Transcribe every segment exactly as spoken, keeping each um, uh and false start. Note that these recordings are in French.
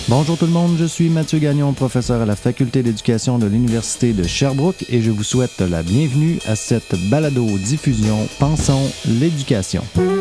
Bonjour tout le monde, je suis Mathieu Gagnon, professeur à la Faculté d'éducation de l'Université de Sherbrooke et je vous souhaite la bienvenue à cette balado-diffusion Pensons l'éducation.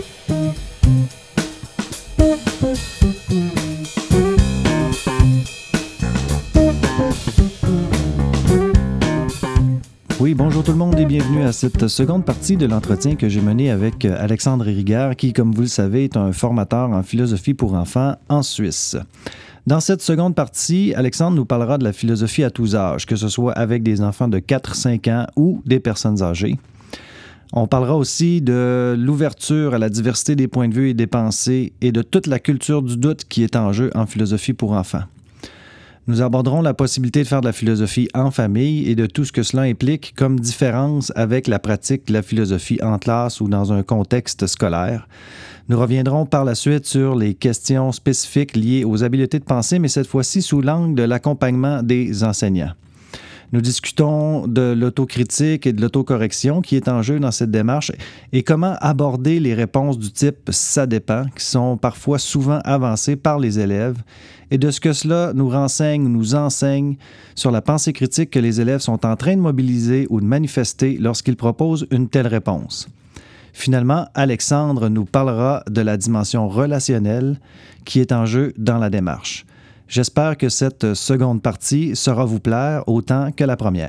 Oui, bonjour tout le monde et bienvenue à cette seconde partie de l'entretien que j'ai mené avec Alexandre Hérigaire qui, comme vous le savez, est un formateur en philosophie pour enfants en Suisse. Dans cette seconde partie, Alexandre nous parlera de la philosophie à tous âges, que ce soit avec des enfants de quatre à cinq ans ou des personnes âgées. On parlera aussi de l'ouverture à la diversité des points de vue et des pensées et de toute la culture du doute qui est en jeu en philosophie pour enfants. Nous aborderons la possibilité de faire de la philosophie en famille et de tout ce que cela implique comme différence avec la pratique de la philosophie en classe ou dans un contexte scolaire. Nous reviendrons par la suite sur les questions spécifiques liées aux habiletés de pensée, mais cette fois-ci sous l'angle de l'accompagnement des enseignants. Nous discutons de l'autocritique et de l'autocorrection qui est en jeu dans cette démarche et comment aborder les réponses du type « ça dépend » qui sont parfois souvent avancées par les élèves et de ce que cela nous renseigne ou nous enseigne sur la pensée critique que les élèves sont en train de mobiliser ou de manifester lorsqu'ils proposent une telle réponse. Finalement, Alexandre nous parlera de la dimension relationnelle qui est en jeu dans la démarche. J'espère que cette seconde partie saura vous plaire autant que la première.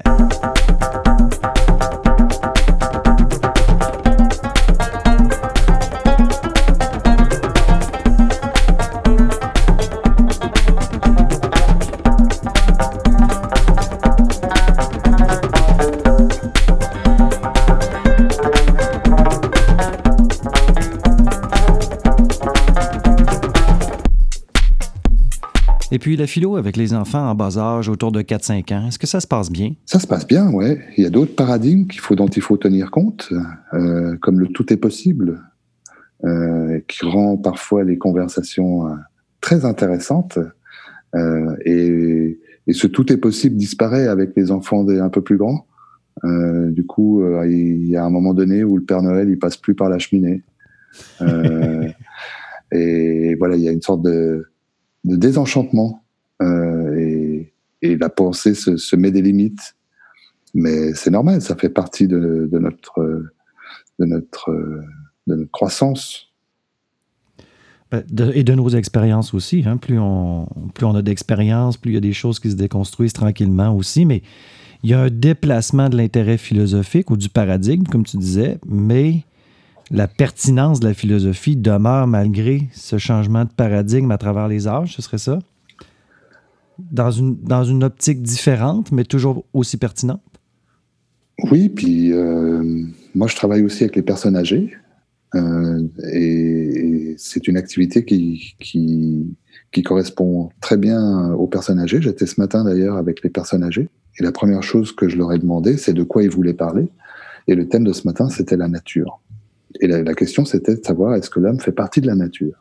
Et puis la philo avec les enfants en bas âge, autour de quatre à cinq ans, est-ce que ça se passe bien? Ça se passe bien, oui. Il y a d'autres paradigmes qu'il faut, dont il faut tenir compte, euh, comme le tout est possible, euh, qui rend parfois les conversations euh, très intéressantes. Euh, et, et ce tout est possible disparaît avec les enfants des, un peu plus grands. Euh, du coup, euh, il y a un moment donné où le Père Noël, il passe plus par la cheminée. Euh, et voilà, il y a une sorte de de désenchantement euh, et, et la pensée se, se met des limites, mais c'est normal, ça fait partie de, de notre de notre de notre croissance. De, et de nos expériences aussi, hein. Plus on plus on a d'expérience, plus il y a des choses qui se déconstruisent tranquillement aussi, mais il y a un déplacement de l'intérêt philosophique ou du paradigme, comme tu disais, mais la pertinence de la philosophie demeure malgré ce changement de paradigme à travers les âges, ce serait ça? Dans une, dans une optique différente, mais toujours aussi pertinente? Oui, puis euh, moi je travaille aussi avec les personnes âgées euh, et, et c'est une activité qui, qui, qui correspond très bien aux personnes âgées. J'étais ce matin d'ailleurs avec les personnes âgées et la première chose que je leur ai demandé, c'est de quoi ils voulaient parler. Et le thème de ce matin, c'était la nature. Et la, la question, c'était de savoir est-ce que l'homme fait partie de la nature.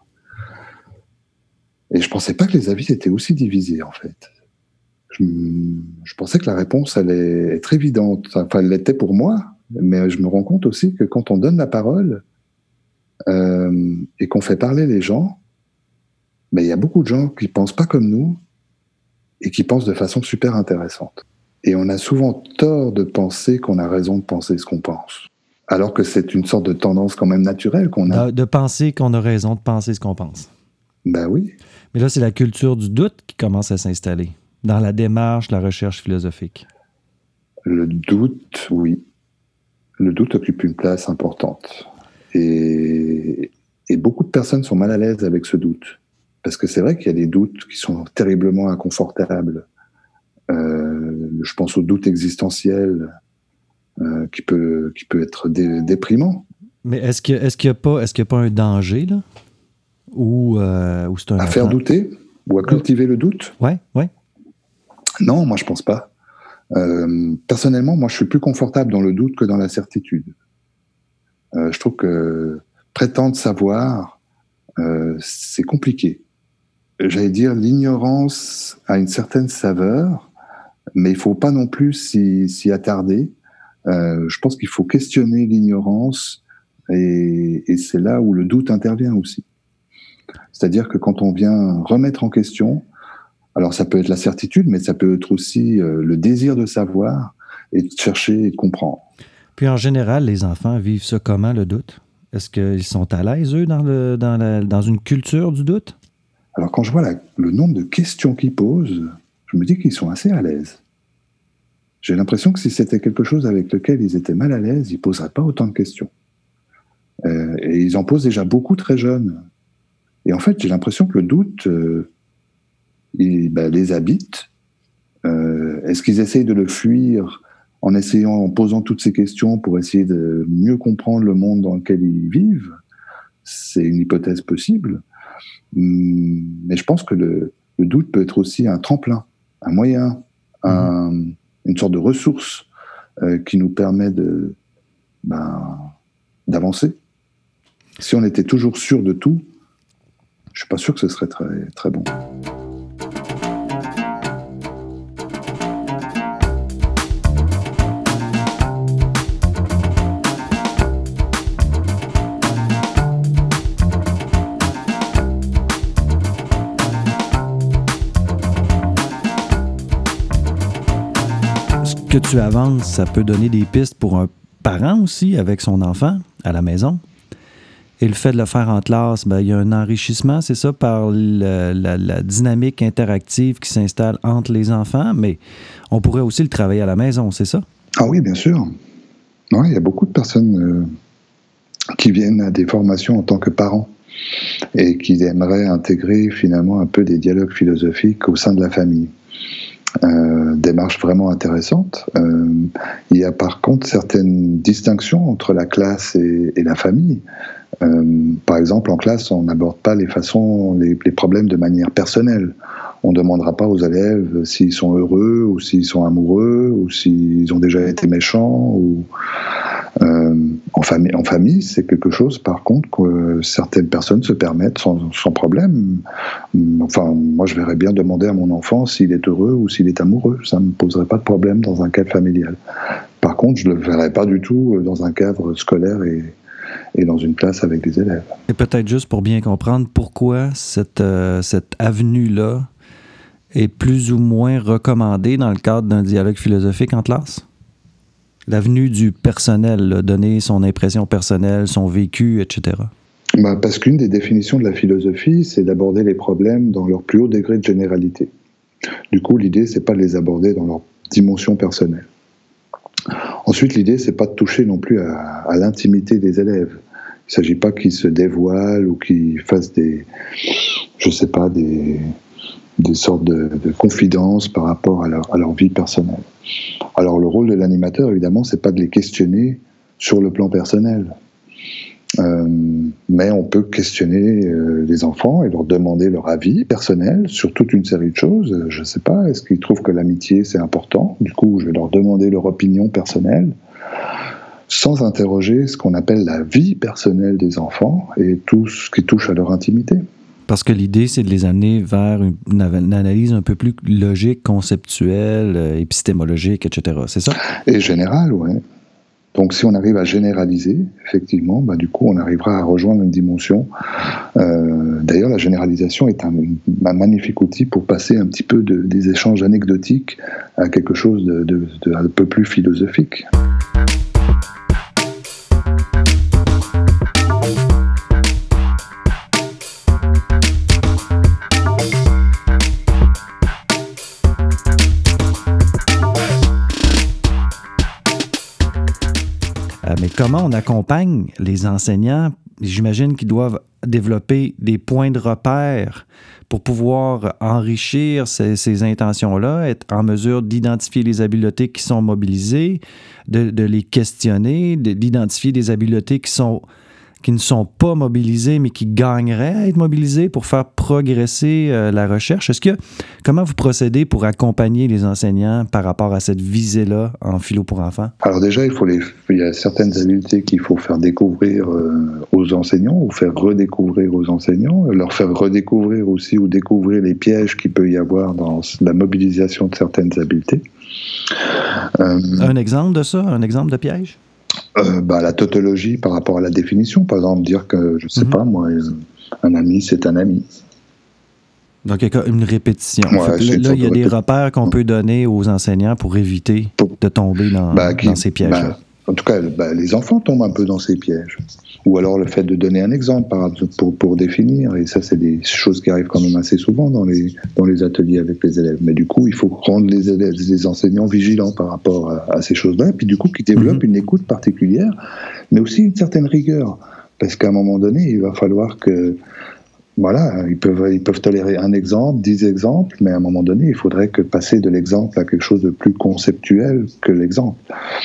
Et je pensais pas que les avis étaient aussi divisés, en fait. Je, je pensais que la réponse allait être évidente. Enfin, elle l'était pour moi, mais je me rends compte aussi que quand on donne la parole euh, et qu'on fait parler les gens, ben, il y a beaucoup de gens qui pensent pas comme nous et qui pensent de façon super intéressante. Et on a souvent tort de penser qu'on a raison de penser ce qu'on pense. Alors que c'est une sorte de tendance quand même naturelle qu'on a. De, de penser qu'on a raison de penser ce qu'on pense. Ben oui. Mais là, c'est la culture du doute qui commence à s'installer dans la démarche, la recherche philosophique. Le doute, oui. Le doute occupe une place importante. Et, et beaucoup de personnes sont mal à l'aise avec ce doute. Parce que c'est vrai qu'il y a des doutes qui sont terriblement inconfortables. Euh, je pense au doute existentiel. Euh, qui peut qui peut être dé, déprimant. Mais est-ce qu'il est-ce qu'il y a pas est-ce qu'il y a pas un danger là ou euh, ou c'est un à faire douter ou à cultiver le doute? Ouais, ouais. Non, moi je pense pas. Euh, personnellement, moi je suis plus confortable dans le doute que dans la certitude. Euh, je trouve que prétendre savoir, euh, c'est compliqué. J'allais dire l'ignorance a une certaine saveur, mais il faut pas non plus s'y, s'y attarder. Euh, je pense qu'il faut questionner l'ignorance et, et c'est là où le doute intervient aussi. C'est-à-dire que quand on vient remettre en question, Alors ça peut être la certitude, mais ça peut être aussi euh, le désir de savoir et de chercher et de comprendre. Puis en général, les enfants vivent ça comment, le doute? Est-ce qu'ils sont à l'aise, eux, dans, le, dans, la, dans une culture du doute? Alors quand je vois la, le nombre de questions qu'ils posent, je me dis qu'ils sont assez à l'aise. J'ai l'impression que si c'était quelque chose avec lequel ils étaient mal à l'aise, ils ne poseraient pas autant de questions. Euh, et ils en posent déjà beaucoup très jeunes. Et en fait, j'ai l'impression que le doute euh, il, ben, les habite. Euh, est-ce qu'ils essayent de le fuir en essayant, en posant toutes ces questions pour essayer de mieux comprendre le monde dans lequel ils vivent? C'est une hypothèse possible. Mais je pense que le, le doute peut être aussi un tremplin, un moyen, un, mmh. une sorte de ressource euh, qui nous permet de, ben, d'avancer. Si on était toujours sûr de tout, je ne suis pas sûr que ce serait très, très bon. Que tu avances, ça peut donner des pistes pour un parent aussi avec son enfant à la maison. Et le fait de le faire en classe, ben, il y a un enrichissement, c'est ça, par le, la, la dynamique interactive qui s'installe entre les enfants, mais on pourrait aussi le travailler à la maison, c'est ça? Ah oui, bien sûr. Ouais, il y a beaucoup de personnes euh, qui viennent à des formations en tant que parents et qui aimeraient intégrer finalement un peu des dialogues philosophiques au sein de la famille. Euh, démarche vraiment intéressante. Euh, il y a par contre certaines distinctions entre la classe et, et la famille. Euh, par exemple, en classe, on n'aborde pas les façons, les, les problèmes de manière personnelle. On ne demandera pas aux élèves s'ils sont heureux ou s'ils sont amoureux ou s'ils ont déjà été méchants. Ou, euh, en famille, en famille, c'est quelque chose, par contre, que certaines personnes se permettent sans, sans problème. Enfin, moi, je verrais bien demander à mon enfant s'il est heureux ou s'il est amoureux. Ça ne me poserait pas de problème dans un cadre familial. Par contre, je ne le verrais pas du tout dans un cadre scolaire et et dans une classe avec des élèves. Et peut-être juste pour bien comprendre pourquoi cette, euh, cette avenue-là est plus ou moins recommandée dans le cadre d'un dialogue philosophique en classe? L'avenue du personnel, là, donner son impression personnelle, son vécu, et cetera. Bah parce qu'une des définitions de la philosophie, c'est d'aborder les problèmes dans leur plus haut degré de généralité. Du coup, l'idée, c'est pas de les aborder dans leur dimension personnelle. Ensuite, l'idée, c'est pas de toucher non plus à, à l'intimité des élèves. Il ne s'agit pas qu'ils se dévoilent ou qu'ils fassent des, je sais pas, des, des sortes de, de confidences par rapport à leur, à leur vie personnelle. Alors, le rôle de l'animateur, évidemment, c'est pas de les questionner sur le plan personnel. Euh, mais on peut questionner euh, les enfants et leur demander leur avis personnel sur toute une série de choses. Je ne sais pas, est-ce qu'ils trouvent que l'amitié c'est important? Du coup, je vais leur demander leur opinion personnelle, sans interroger ce qu'on appelle la vie personnelle des enfants et tout ce qui touche à leur intimité. Parce que l'idée, c'est de les amener vers une, une analyse un peu plus logique, conceptuelle, épistémologique, et cetera. C'est ça? Et générale, oui. Donc, si on arrive à généraliser, effectivement, bah, du coup, on arrivera à rejoindre une dimension. Euh, d'ailleurs, la généralisation est un, un magnifique outil pour passer un petit peu de, des échanges anecdotiques à quelque chose de, de, de un peu plus philosophique. Mais comment on accompagne les enseignants? J'imagine qu'ils doivent développer des points de repère pour pouvoir enrichir ces, ces intentions-là, être en mesure d'identifier les habiletés qui sont mobilisées, de, de les questionner, de, d'identifier des habiletés qui sont qui ne sont pas mobilisés, mais qui gagneraient à être mobilisés pour faire progresser euh, la recherche. Est-ce que, comment vous procédez pour accompagner les enseignants par rapport à cette visée-là en philo pour enfants? Alors déjà, il, faut les, il y a certaines habiletés qu'il faut faire découvrir euh, aux enseignants ou faire redécouvrir aux enseignants, leur faire redécouvrir aussi ou découvrir les pièges qu'il peut y avoir dans la mobilisation de certaines habiletés. Euh, un exemple de ça? Un exemple de piège? Euh, bah, la tautologie par rapport à la définition, par exemple, dire que, je ne sais mm-hmm. pas, moi, un ami, c'est un ami. Donc, il y a une répétition. Ouais, là, là il y a de des répé... repères qu'on peut donner aux enseignants pour éviter pour... de tomber dans, bah, qui, dans ces pièges-là. Bah, en tout cas, bah, les enfants tombent un peu dans ces pièges. Ou alors le fait de donner un exemple pour, pour définir. Et ça, c'est des choses qui arrivent quand même assez souvent dans les, dans les ateliers avec les élèves. Mais du coup, il faut rendre les, élèves, les enseignants vigilants par rapport à, à ces choses-là. Et puis du coup, qu'ils développent mmh. une écoute particulière, mais aussi une certaine rigueur. Parce qu'à un moment donné, il va falloir que... Voilà, ils peuvent, ils peuvent tolérer un exemple, dix exemples, mais à un moment donné, il faudrait que passer de l'exemple à quelque chose de plus conceptuel que l'exemple.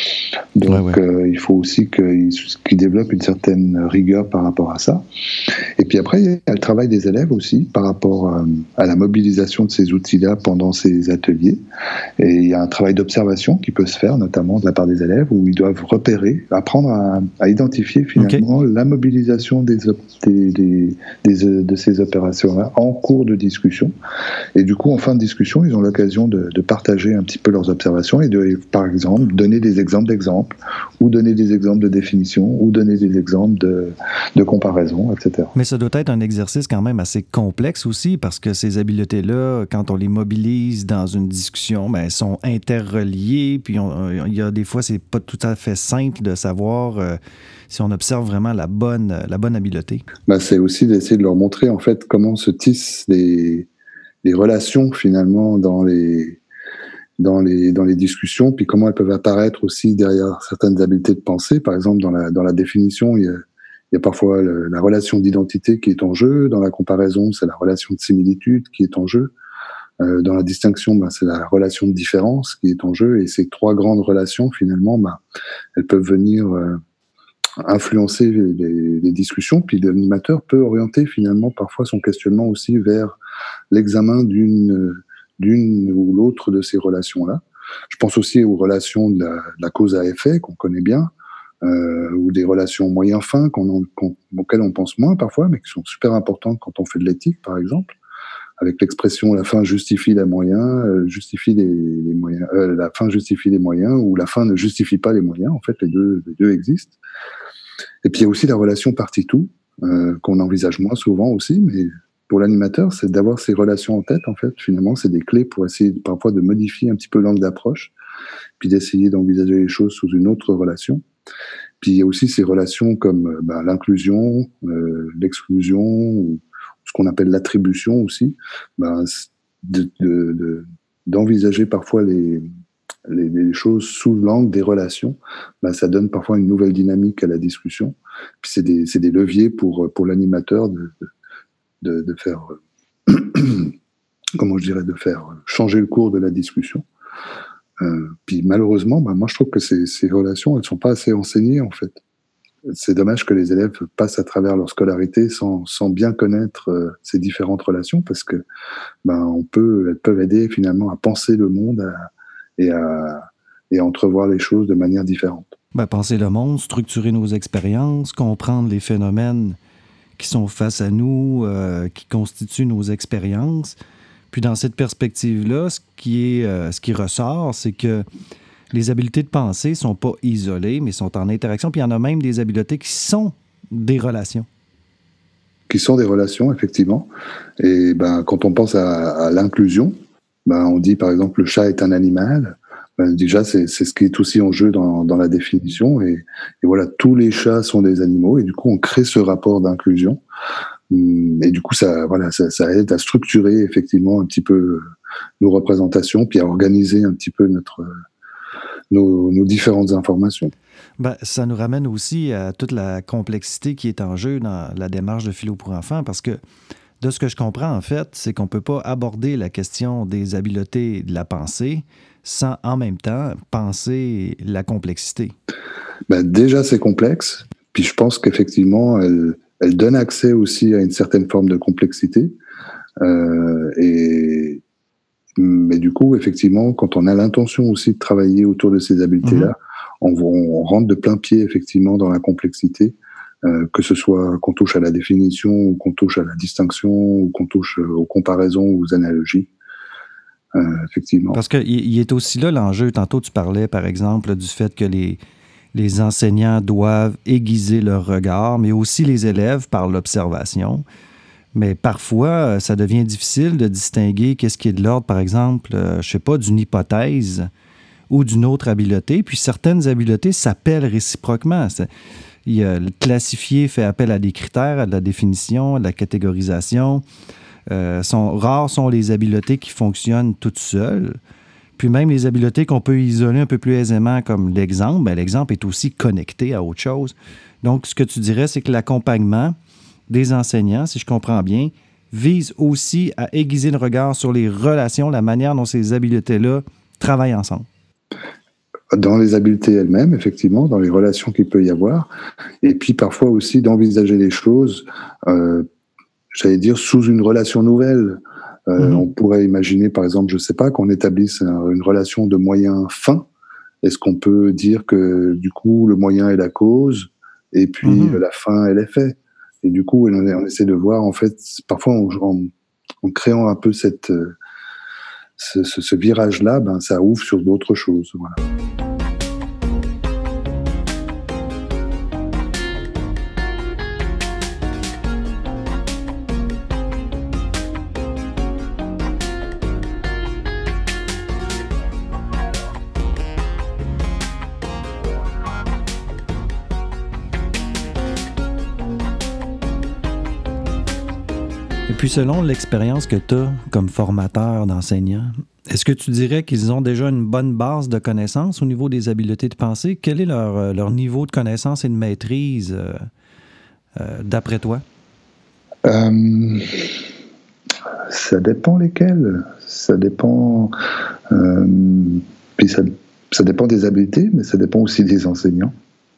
Donc, ouais, ouais. Euh, il faut aussi qu'ils, qu'ils développent une certaine rigueur par rapport à ça. Et puis après, il y a le travail des élèves aussi par rapport euh, à la mobilisation de ces outils-là pendant ces ateliers. Et il y a un travail d'observation qui peut se faire, notamment de la part des élèves, où ils doivent repérer, apprendre à, à identifier finalement okay. la mobilisation des, des, des, des, de ces opérations-là en cours de discussion. Et du coup, en fin de discussion, ils ont l'occasion de, de partager un petit peu leurs observations et de, par exemple, donner des exemples d'exemples, ou donner des exemples de définition, ou donner des exemples de, de comparaison, et cetera. Mais ça doit être un exercice quand même assez complexe aussi, parce que ces habiletés-là, quand on les mobilise dans une discussion, ben, elles sont interreliées, puis on, il y a des fois, c'est pas tout à fait simple de savoir euh, si on observe vraiment la bonne, la bonne habileté. Ben, c'est aussi d'essayer de leur montrer, en fait, comment se tissent les, les relations, finalement, dans les... Dans les, dans les discussions, puis comment elles peuvent apparaître aussi derrière certaines habiletés de pensée. Par exemple, dans la, dans la définition, il y a, il y a parfois le, la relation d'identité qui est en jeu. Dans la comparaison, c'est la relation de similitude qui est en jeu. Euh, dans la distinction, ben, c'est la relation de différence qui est en jeu. Et ces trois grandes relations, finalement, ben, elles peuvent venir euh, influencer les, les, les discussions. Puis l'animateur peut orienter finalement parfois son questionnement aussi vers l'examen d'une... d'une ou l'autre de ces relations-là. Je pense aussi aux relations de la, de la cause à effet, qu'on connaît bien, euh, ou des relations moyens-fins qu'on, qu'on, auxquelles on pense moins parfois, mais qui sont super importantes quand on fait de l'éthique, par exemple, avec l'expression « la fin justifie les moyens euh, »,« justifie les, les moyens euh, »,« la fin justifie les moyens » ou « la fin ne justifie pas les moyens ». En fait, les deux, les deux existent. Et puis, il y a aussi la relation partie-tout, euh, qu'on envisage moins souvent aussi, mais... Pour l'animateur, c'est d'avoir ces relations en tête, en fait. Finalement, c'est des clés pour essayer parfois de modifier un petit peu l'angle d'approche, puis d'essayer d'envisager les choses sous une autre relation. Puis il y a aussi ces relations comme ben, l'inclusion, euh, l'exclusion, ou ce qu'on appelle l'attribution aussi. Ben, de, de, de, d'envisager parfois les, les, les choses sous l'angle des relations, ben, ça donne parfois une nouvelle dynamique à la discussion. Puis c'est des, c'est des leviers pour, pour l'animateur de, de De, de faire, euh, comment je dirais, de faire changer le cours de la discussion. Euh, puis malheureusement, bah, moi je trouve que ces, ces relations, elles sont pas assez enseignées en fait. C'est dommage que les élèves passent à travers leur scolarité sans, sans bien connaître euh, ces différentes relations, parce que ben on peut, elles peuvent aider finalement à penser le monde à, et à et à entrevoir les choses de manière différente. Ben, penser le monde, structurer nos expériences, comprendre les phénomènes qui sont face à nous, euh, qui constituent nos expériences. Puis dans cette perspective-là, ce qui est, euh, ce qui ressort, c'est que les habiletés de pensée ne sont pas isolées, mais sont en interaction. Puis il y en a même des habiletés qui sont des relations. Qui sont des relations, effectivement. Et ben, quand on pense à, à l'inclusion, ben, on dit par exemple le chat est un animal. Ben, déjà, c'est, c'est ce qui est aussi en jeu dans, dans la définition. Et, et voilà, tous les chats sont des animaux. Et du coup, on crée ce rapport d'inclusion. Et du coup, ça, voilà, ça, ça aide à structurer effectivement un petit peu nos représentations, puis à organiser un petit peu notre, nos, nos différentes informations. Ben, ça nous ramène aussi à toute la complexité qui est en jeu dans la démarche de Philo pour enfants, parce que de ce que je comprends, en fait, c'est qu'on ne peut pas aborder la question des habiletés de la pensée sans, en même temps, penser la complexité. Ben, déjà, c'est complexe. Puis je pense qu'effectivement, elle, elle donne accès aussi à une certaine forme de complexité. Euh, et, mais du coup, effectivement, quand on a l'intention aussi de travailler autour de ces habiletés-là, mmh. on, on rentre de plein pied, effectivement, dans la complexité. Euh, que ce soit qu'on touche à la définition, ou qu'on touche à la distinction, ou qu'on touche aux comparaisons ou aux analogies. Euh, effectivement. Parce qu'il il est aussi là l'enjeu. Tantôt, tu parlais, par exemple, du fait que les, les enseignants doivent aiguiser leur regard, mais aussi les élèves par l'observation. Mais parfois, ça devient difficile de distinguer qu'est-ce qui est de l'ordre, par exemple, euh, je sais pas, d'une hypothèse ou d'une autre habileté. Puis certaines habiletés s'appellent réciproquement. C'est, il y a, le classifié fait appel à des critères, à de la définition, à de la catégorisation. Euh, sont, rares sont les habiletés qui fonctionnent toutes seules. Puis même les habiletés qu'on peut isoler un peu plus aisément, comme l'exemple, bien, l'exemple est aussi connecté à autre chose. Donc, ce que tu dirais, c'est que l'accompagnement des enseignants, si je comprends bien, vise aussi à aiguiser le regard sur les relations, la manière dont ces habiletés-là travaillent ensemble. Dans les habiletés elles-mêmes, effectivement, dans les relations qu'il peut y avoir, et puis parfois aussi d'envisager les choses, euh, j'allais dire, sous une relation nouvelle. Euh, mmh. On pourrait imaginer, par exemple, je ne sais pas, qu'on établisse un, une relation de moyen-fin. Est-ce qu'on peut dire que, du coup, le moyen est la cause, et puis mmh. la fin est l'effet? Et du coup, on, on essaie de voir, en fait, parfois, en, en, en créant un peu cette, ce, ce, ce virage-là, ben, ça ouvre sur d'autres choses. Voilà. Et puis, selon l'expérience que tu as comme formateur d'enseignants, est-ce que tu dirais qu'ils ont déjà une bonne base de connaissances au niveau des habiletés de pensée? Quel est leur, leur niveau de connaissance et de maîtrise, euh, euh, d'après toi? Euh, ça dépend lesquels. Ça dépend... Euh, puis ça, ça dépend des habiletés, mais ça dépend aussi des enseignants.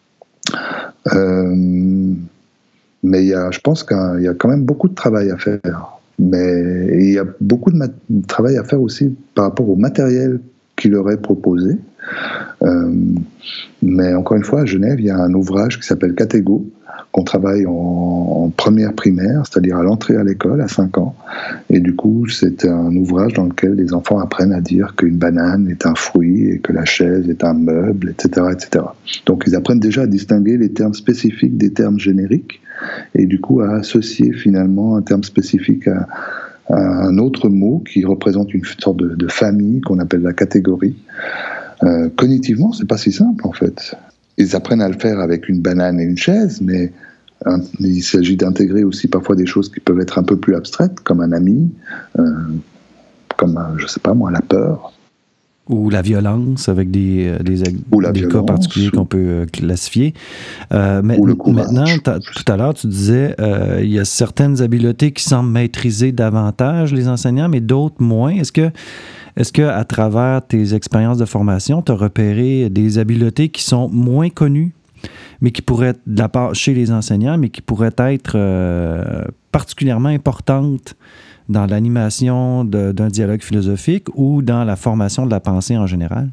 Euh, Mais il y a, je pense qu'il y a quand même beaucoup de travail à faire. Mais il y a beaucoup de, mat- de travail à faire aussi par rapport au matériel qui leur est proposé. Euh, mais encore une fois, à Genève, il y a un ouvrage qui s'appelle Catégo, qu'on travaille en, en première primaire, c'est-à-dire à l'entrée à l'école, à cinq ans. Et du coup, c'est un ouvrage dans lequel les enfants apprennent à dire qu'une banane est un fruit et que la chaise est un meuble, et cetera, et cetera. Donc, ils apprennent déjà à distinguer les termes spécifiques des termes génériques et du coup à associer finalement un terme spécifique à, à un autre mot qui représente une sorte de, de famille qu'on appelle la catégorie. Euh, cognitivement, c'est pas si simple en fait. Ils apprennent à le faire avec une banane et une chaise, mais hein, il s'agit d'intégrer aussi parfois des choses qui peuvent être un peu plus abstraites, comme un ami, euh, comme, je sais pas moi, la peur. Ou la violence, avec des, des, des cas particuliers ou... qu'on peut classifier. Euh, mais, ou le courage. Maintenant, tout à l'heure, tu disais euh, il y a certaines habiletés qui semblent maîtriser davantage les enseignants, mais d'autres moins. Est-ce que, est-ce que à travers tes expériences de formation, tu as repéré des habiletés qui sont moins connues, mais qui pourraient être de la part chez les enseignants, mais qui pourraient être euh, particulièrement importantes dans l'animation de, d'un dialogue philosophique ou dans la formation de la pensée en général?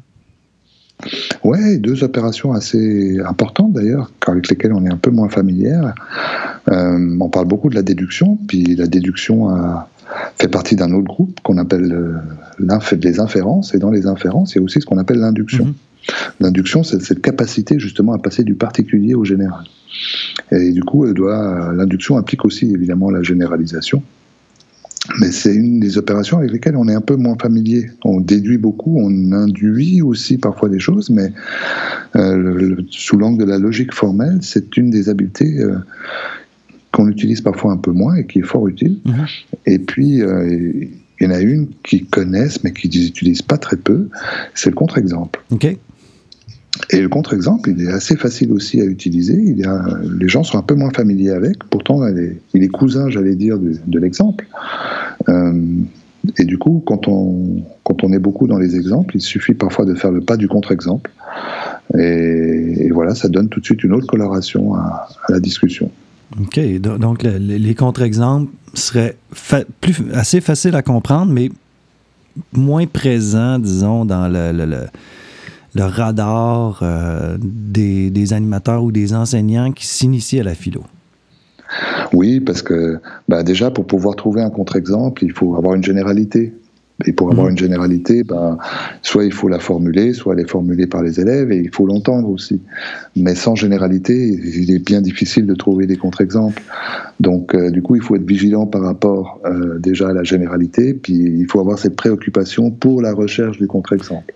Oui, deux opérations assez importantes d'ailleurs, avec lesquelles on est un peu moins familière. Euh, on parle beaucoup de la déduction, puis la déduction a fait partie d'un autre groupe qu'on appelle euh, les inférences, et dans les inférences, il y a aussi ce qu'on appelle l'induction. Mm-hmm. L'induction, c'est cette capacité justement à passer du particulier au général. Et du coup, elle doit, l'induction implique aussi évidemment la généralisation. Mais c'est une des opérations avec lesquelles on est un peu moins familier. On déduit beaucoup, on induit aussi parfois des choses, mais euh, le, le, sous l'angle de la logique formelle, c'est une des habiletés euh, qu'on utilise parfois un peu moins et qui est fort utile. Mmh. Et puis, euh, il y en a une qu'ils connaissent, mais qu'ils n'utilisent pas très peu, c'est le contre-exemple. OK. Et le contre-exemple, il est assez facile aussi à utiliser. Il y a, les gens sont un peu moins familiers avec. Pourtant, il est, il est cousin, j'allais dire, de, de l'exemple. Euh, et du coup, quand on, quand on est beaucoup dans les exemples, il suffit parfois de faire le pas du contre-exemple. Et, et voilà, ça donne tout de suite une autre coloration à, à la discussion. OK. Donc, le, les contre-exemples seraient fa- plus, assez faciles à comprendre, mais moins présents, disons, dans le... le, le le radar euh, des, des animateurs ou des enseignants qui s'initient à la philo? Oui, parce que bah déjà, pour pouvoir trouver un contre-exemple, il faut avoir une généralité. Et pour avoir mmh. une généralité, ben, soit il faut la formuler, soit elle est formulée par les élèves, et il faut l'entendre aussi. Mais sans généralité, il est bien difficile de trouver des contre-exemples. Donc, euh, du coup, il faut être vigilant par rapport euh, déjà à la généralité, puis il faut avoir cette préoccupation pour la recherche du contre-exemple.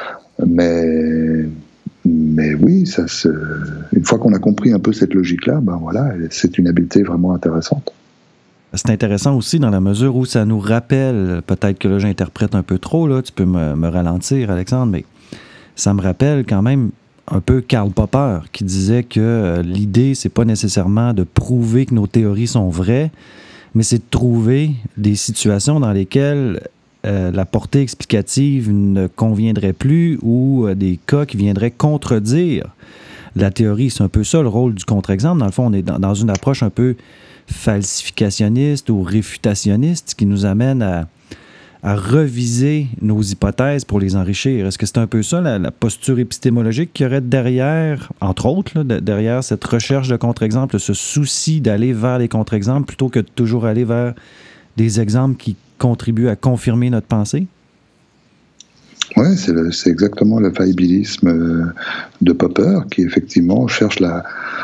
Mais... Mais oui, ça se... une fois qu'on a compris un peu cette logique-là, ben voilà, c'est une habileté vraiment intéressante. C'est intéressant aussi dans la mesure où ça nous rappelle, peut-être que là j'interprète un peu trop, là, tu peux me, me ralentir, Alexandre, mais ça me rappelle quand même un peu Karl Popper qui disait que euh, l'idée, c'est pas nécessairement de prouver que nos théories sont vraies, mais c'est de trouver des situations dans lesquelles Euh, la portée explicative ne conviendrait plus ou euh, des cas qui viendraient contredire la théorie. C'est un peu ça le rôle du contre-exemple. Dans le fond, on est dans, dans une approche un peu falsificationniste ou réfutationniste qui nous amène à, à reviser nos hypothèses pour les enrichir. Est-ce que c'est un peu ça la, la posture épistémologique qu'il y aurait derrière, entre autres, là, de, derrière cette recherche de contre-exemple, ce souci d'aller vers les contre-exemples plutôt que de toujours aller vers des exemples qui contribuent à confirmer notre pensée? Oui, c'est, le, c'est exactement le faillibilisme de Popper qui, effectivement, cherche la,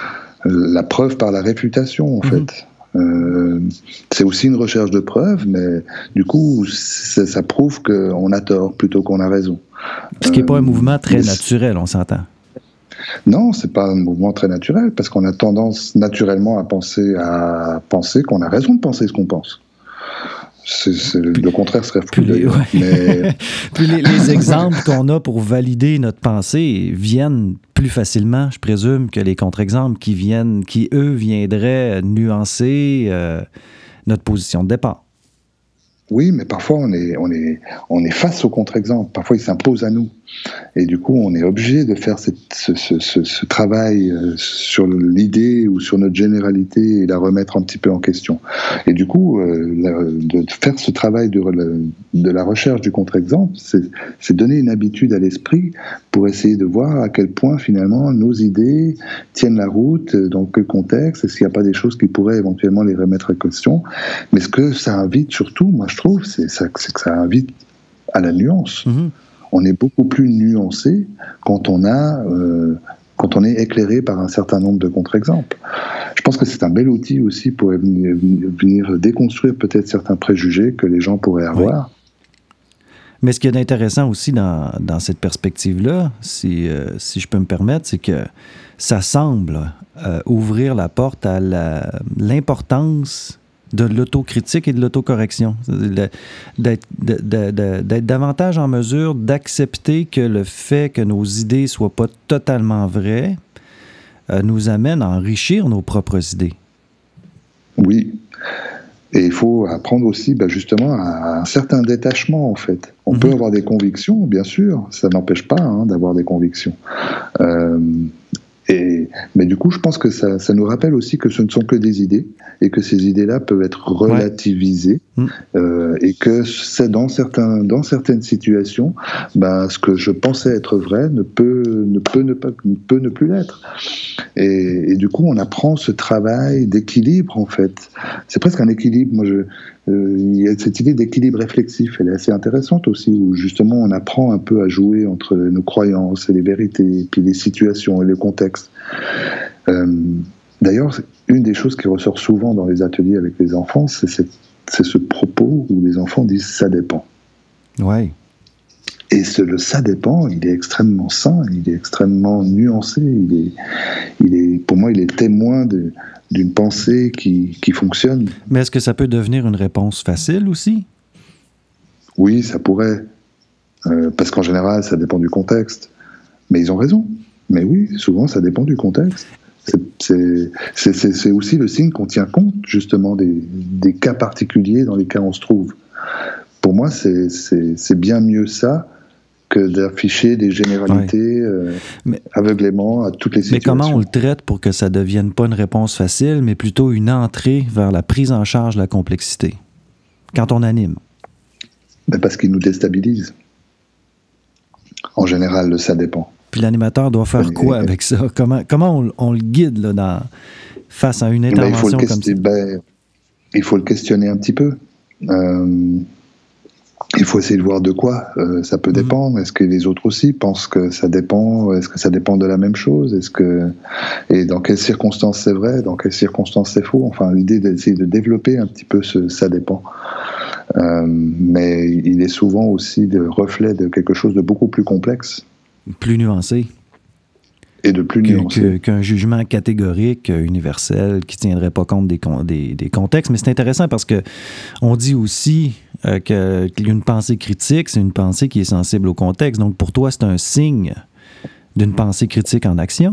la preuve par la réfutation, en mm-hmm. fait. Euh, c'est aussi une recherche de preuve, mais du coup, ça, ça prouve qu'on a tort plutôt qu'on a raison. Ce qui n'est pas un mouvement très naturel, on s'entend. Non, c'est pas un mouvement très naturel, parce qu'on a tendance naturellement à penser, à penser qu'on a raison de penser ce qu'on pense. C'est, c'est, puis, le contraire serait fou. Les, ouais. mais... puis les, les exemples qu'on a pour valider notre pensée viennent plus facilement, je présume, que les contre-exemples qui viennent, qui eux viendraient nuancer euh, notre position de départ. Oui, mais parfois on est, on est, on est face au contre-exemple. Parfois il s'impose à nous. Et du coup, on est obligé de faire cette, ce, ce, ce, ce travail sur l'idée ou sur notre généralité et la remettre un petit peu en question. Et du coup, euh, la, de faire ce travail de, de la recherche du contre-exemple, c'est, c'est donner une habitude à l'esprit pour essayer de voir à quel point finalement nos idées tiennent la route, dans quel contexte, est-ce qu'il n'y a pas des choses qui pourraient éventuellement les remettre en question. Mais ce que ça invite surtout, moi je trouve, c'est, ça, c'est que ça invite à la nuance. Mmh. On est beaucoup plus nuancé quand on a, euh, quand on est éclairé par un certain nombre de contre-exemples. Je pense que c'est un bel outil aussi pour venir, venir déconstruire peut-être certains préjugés que les gens pourraient avoir. Oui. Mais ce qui est intéressant aussi dans, dans cette perspective-là, si, euh, si je peux me permettre, c'est que ça semble euh, ouvrir la porte à la, l'importance de l'autocritique et de l'autocorrection. D'être, de, de, de, d'être davantage en mesure d'accepter que le fait que nos idées ne soient pas totalement vraies euh, nous amène à enrichir nos propres idées. Oui. Et il faut apprendre aussi ben justement à un certain détachement, en fait. On mm-hmm. peut avoir des convictions, bien sûr, ça n'empêche pas hein, d'avoir des convictions. Euh, Et, mais du coup, je pense que ça, ça nous rappelle aussi que ce ne sont que des idées et que ces idées-là peuvent être relativisées ouais. euh, et que c'est dans, certains, dans certaines situations, ben, ce que je pensais être vrai ne peut ne, peut ne, pas, ne, peut ne plus l'être. Et, et du coup, on apprend ce travail d'équilibre, en fait. C'est presque un équilibre. Moi, je, euh, il y a cette idée d'équilibre réflexif, elle est assez intéressante aussi, où justement on apprend un peu à jouer entre nos croyances et les vérités, puis les situations et le contexte. Euh, d'ailleurs, une des choses qui ressort souvent dans les ateliers avec les enfants, c'est, c'est, c'est ce propos où les enfants disent « ça dépend ». Ouais. Et ce, le « ça dépend », il est extrêmement sain, il est extrêmement nuancé, il est, il est, pour moi, il est témoin de... d'une pensée qui, qui fonctionne. Mais est-ce que ça peut devenir une réponse facile aussi? Oui, ça pourrait. Euh, parce qu'en général, ça dépend du contexte. Mais ils ont raison. Mais oui, souvent, ça dépend du contexte. C'est, c'est, c'est, c'est, c'est aussi le signe qu'on tient compte, justement, des, des cas particuliers dans lesquels on se trouve. Pour moi, c'est, c'est, c'est bien mieux ça que d'afficher des généralités ouais. euh, mais, aveuglément à toutes les situations. Mais comment on le traite pour que ça ne devienne pas une réponse facile, mais plutôt une entrée vers la prise en charge de la complexité, quand on anime? Ben parce qu'il nous déstabilise. En général, le ça dépend. Puis l'animateur doit faire et, quoi et, avec ça? Comment, comment on, on le guide là, dans, face à une intervention ben, comme ça? Ben, il faut le questionner un petit peu. Euh, il faut essayer de voir de quoi euh, ça peut dépendre. Est-ce que les autres aussi pensent que ça dépend? Est-ce que ça dépend de la même chose? Est-ce que et dans quelles circonstances c'est vrai? Dans quelles circonstances c'est faux? Enfin, l'idée d'essayer de développer un petit peu ce ça dépend. Euh, mais il est souvent aussi le reflet de quelque chose de beaucoup plus complexe, plus nuancé. Et de plus que, nuancé. Que, qu'un jugement catégorique, universel, qui ne tiendrait pas compte des, des, des contextes. Mais c'est intéressant parce que on dit aussi euh, que, qu'il y a une pensée critique, c'est une pensée qui est sensible au contexte. Donc, pour toi, c'est un signe d'une pensée critique en action?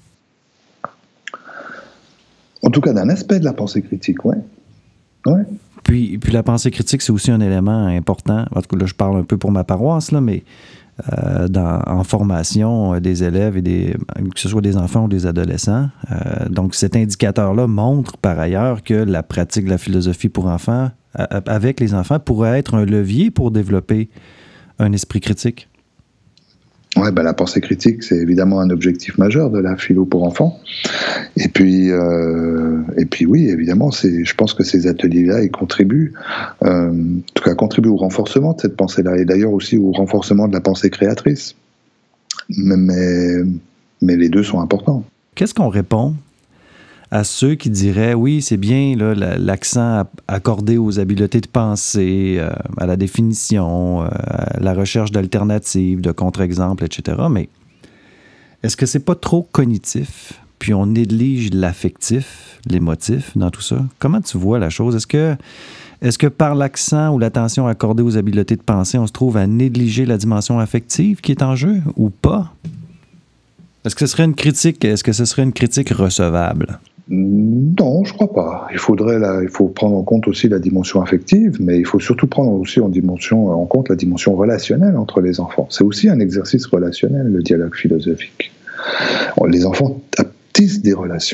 En tout cas, d'un aspect de la pensée critique, oui. Ouais. Puis, puis la pensée critique, c'est aussi un élément important. En tout cas, là, je parle un peu pour ma paroisse, là, mais euh, dans, en formation des élèves, et des, que ce soit des enfants ou des adolescents. Euh, donc, cet indicateur-là montre par ailleurs que la pratique de la philosophie pour enfants, avec les enfants, pourrait être un levier pour développer un esprit critique. Ouais, ben la pensée critique, c'est évidemment un objectif majeur de la philo pour enfants. Et puis, euh, et puis oui, évidemment, c'est, je pense que ces ateliers-là, ils contribuent, euh, en tout cas, contribuent au renforcement de cette pensée-là, et d'ailleurs aussi au renforcement de la pensée créatrice. Mais, mais les deux sont importants. Qu'est-ce qu'on répond à ceux qui diraient, oui, c'est bien là, l'accent accordé aux habiletés de pensée, euh, à la définition, euh, à la recherche d'alternatives, de contre-exemples, et cetera. Mais est-ce que c'est pas trop cognitif, puis on néglige l'affectif, l'émotif dans tout ça? Comment tu vois la chose? Est-ce que, est-ce que par l'accent ou l'attention accordée aux habiletés de pensée, on se trouve à négliger la dimension affective qui est en jeu ou pas? Est-ce que ce serait une critique, est-ce que ce serait une critique recevable? Non, je crois pas. Il faudrait la, il faut prendre en compte aussi la dimension affective, mais il faut surtout prendre aussi en, dimension, en compte la dimension relationnelle entre les enfants. C'est aussi un exercice relationnel, le dialogue philosophique. Les enfants tissent des relations.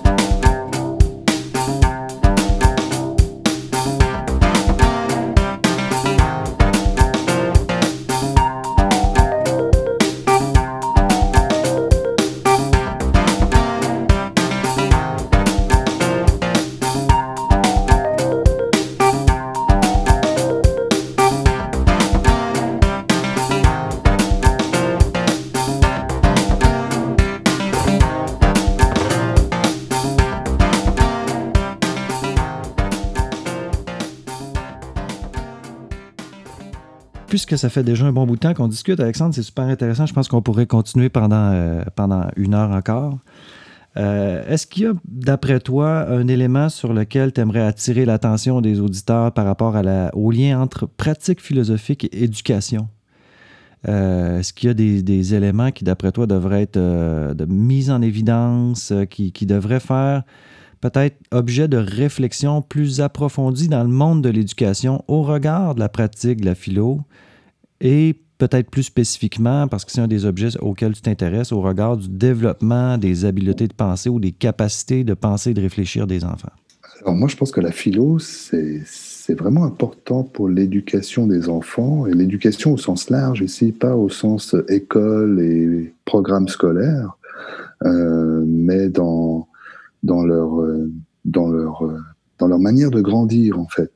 Puisque ça fait déjà un bon bout de temps qu'on discute, Alexandre, c'est super intéressant. Je pense qu'on pourrait continuer pendant, euh, pendant une heure encore. Euh, est-ce qu'il y a, d'après toi, un élément sur lequel tu aimerais attirer l'attention des auditeurs par rapport à la, au lien entre pratique philosophique et éducation? Euh, est-ce qu'il y a des, des éléments qui, d'après toi, devraient être euh, de mise en évidence, euh, qui, qui devraient faire peut-être objet de réflexion plus approfondie dans le monde de l'éducation au regard de la pratique de la philo et peut-être plus spécifiquement, parce que c'est un des objets auxquels tu t'intéresses, au regard du développement des habiletés de penser ou des capacités de penser et de réfléchir des enfants? Alors moi, je pense que la philo, c'est, c'est vraiment important pour l'éducation des enfants, et l'éducation au sens large ici, pas au sens école et programme scolaire, euh, mais dans... dans leur, dans leur, dans leur manière de grandir, en fait.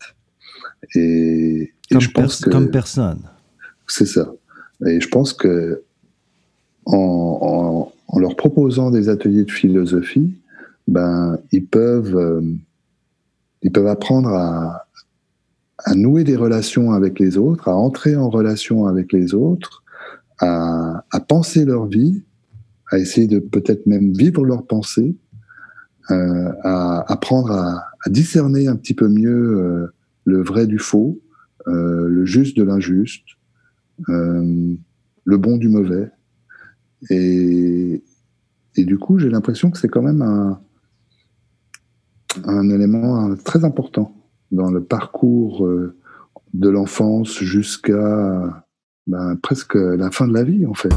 Et, comme, et je pense pers- que, comme personne. C'est ça. Et je pense que en, en, en leur proposant des ateliers de philosophie, ben, ils peuvent, euh, ils peuvent apprendre à, à nouer des relations avec les autres, à entrer en relation avec les autres, à, à penser leur vie, à essayer de peut-être même vivre leur pensée, Euh, à apprendre à, à discerner un petit peu mieux euh, le vrai du faux, euh, le juste de l'injuste, euh, le bon du mauvais. Et, et du coup, j'ai l'impression que c'est quand même un, un élément très important dans le parcours euh, de l'enfance jusqu'à ben, presque la fin de la vie, en fait.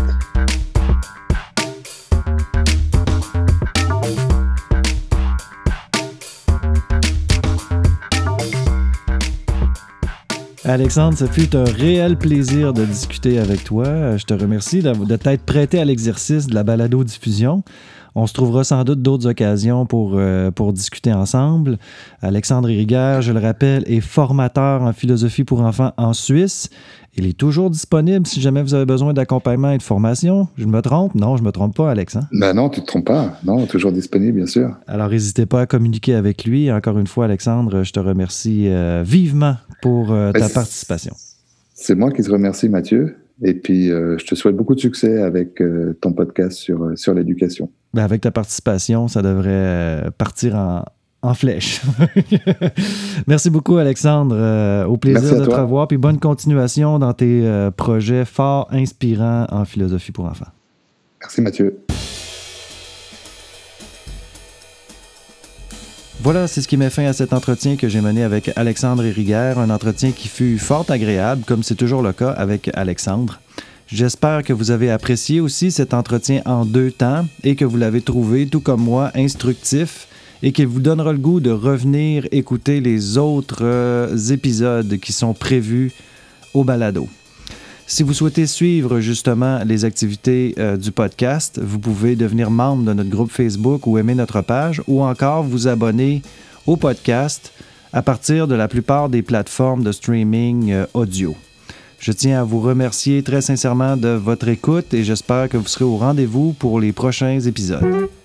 Alexandre, ce fut un réel plaisir de discuter avec toi. Je te remercie de, de t'être prêté à l'exercice de la balado-diffusion. On se trouvera sans doute d'autres occasions pour, euh, pour discuter ensemble. Alexandre Hérigaire, je le rappelle, est formateur en philosophie pour enfants en Suisse. Il est toujours disponible si jamais vous avez besoin d'accompagnement et de formation. Je me trompe? Non, je ne me trompe pas, Alex. Hein? Ben non, tu ne te trompes pas. Non, toujours disponible, bien sûr. Alors, n'hésitez pas à communiquer avec lui. Encore une fois, Alexandre, je te remercie euh, vivement pour euh, ta c'est, participation. C'est moi qui te remercie, Mathieu. Et puis, euh, je te souhaite beaucoup de succès avec euh, ton podcast sur, euh, sur l'éducation. Ben avec ta participation, ça devrait euh, partir en, en flèche. Merci beaucoup, Alexandre. Euh, au plaisir de te revoir. Puis bonne continuation dans tes euh, projets fort inspirants en philosophie pour enfants. Merci, Mathieu. Voilà, c'est ce qui met fin à cet entretien que j'ai mené avec Alexandre Hérigaire, un entretien qui fut fort agréable, comme c'est toujours le cas avec Alexandre. J'espère que vous avez apprécié aussi cet entretien en deux temps et que vous l'avez trouvé, tout comme moi, instructif et qu'il vous donnera le goût de revenir écouter les autres euh, épisodes qui sont prévus au balado. Si vous souhaitez suivre justement les activités euh, du podcast, vous pouvez devenir membre de notre groupe Facebook ou aimer notre page ou encore vous abonner au podcast à partir de la plupart des plateformes de streaming euh, audio. Je tiens à vous remercier très sincèrement de votre écoute et j'espère que vous serez au rendez-vous pour les prochains épisodes.